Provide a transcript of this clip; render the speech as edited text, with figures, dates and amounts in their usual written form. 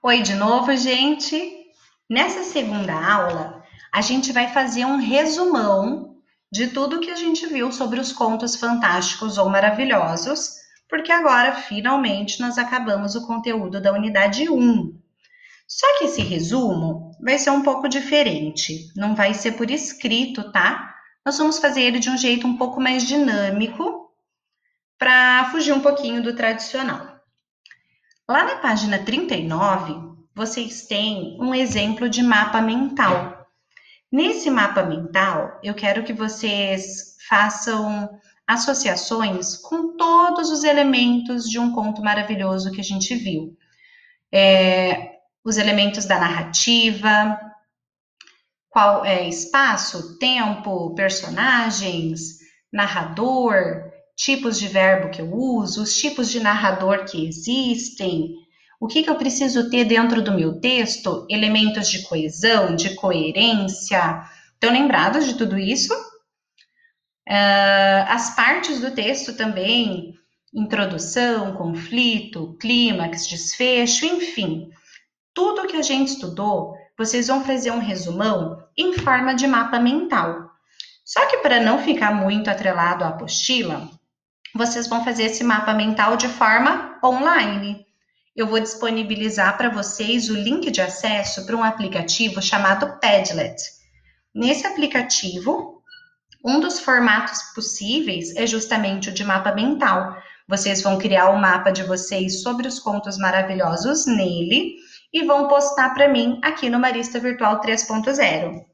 Oi de novo, gente! Nessa segunda aula, a gente vai fazer um resumão de tudo que a gente viu sobre os contos fantásticos ou maravilhosos, porque agora, finalmente, nós acabamos o conteúdo da unidade 1. Só que esse resumo vai ser um pouco diferente, não vai ser por escrito, tá? Nós vamos fazer ele de um jeito um pouco mais dinâmico, para fugir um pouquinho do tradicional. Lá na página 39, vocês têm um exemplo de mapa mental. Nesse mapa mental, eu quero que vocês façam associações com todos os elementos de um conto maravilhoso que a gente viu. Os elementos da narrativa, qual é espaço, tempo, personagens, narrador, tipos de verbo que eu uso, os tipos de narrador que existem, o que eu preciso ter dentro do meu texto, elementos de coesão, de coerência. Estão lembrados de tudo isso? As partes do texto também, introdução, conflito, clímax, desfecho, enfim. Tudo que a gente estudou, vocês vão fazer um resumão em forma de mapa mental. Só que para não ficar muito atrelado à apostila, vocês vão fazer esse mapa mental de forma online. Eu vou disponibilizar para vocês o link de acesso para um aplicativo chamado Padlet. Nesse aplicativo, um dos formatos possíveis é justamente o de mapa mental. Vocês vão criar o mapa de vocês sobre os contos maravilhosos nele e vão postar para mim aqui no Marista Virtual 3.0.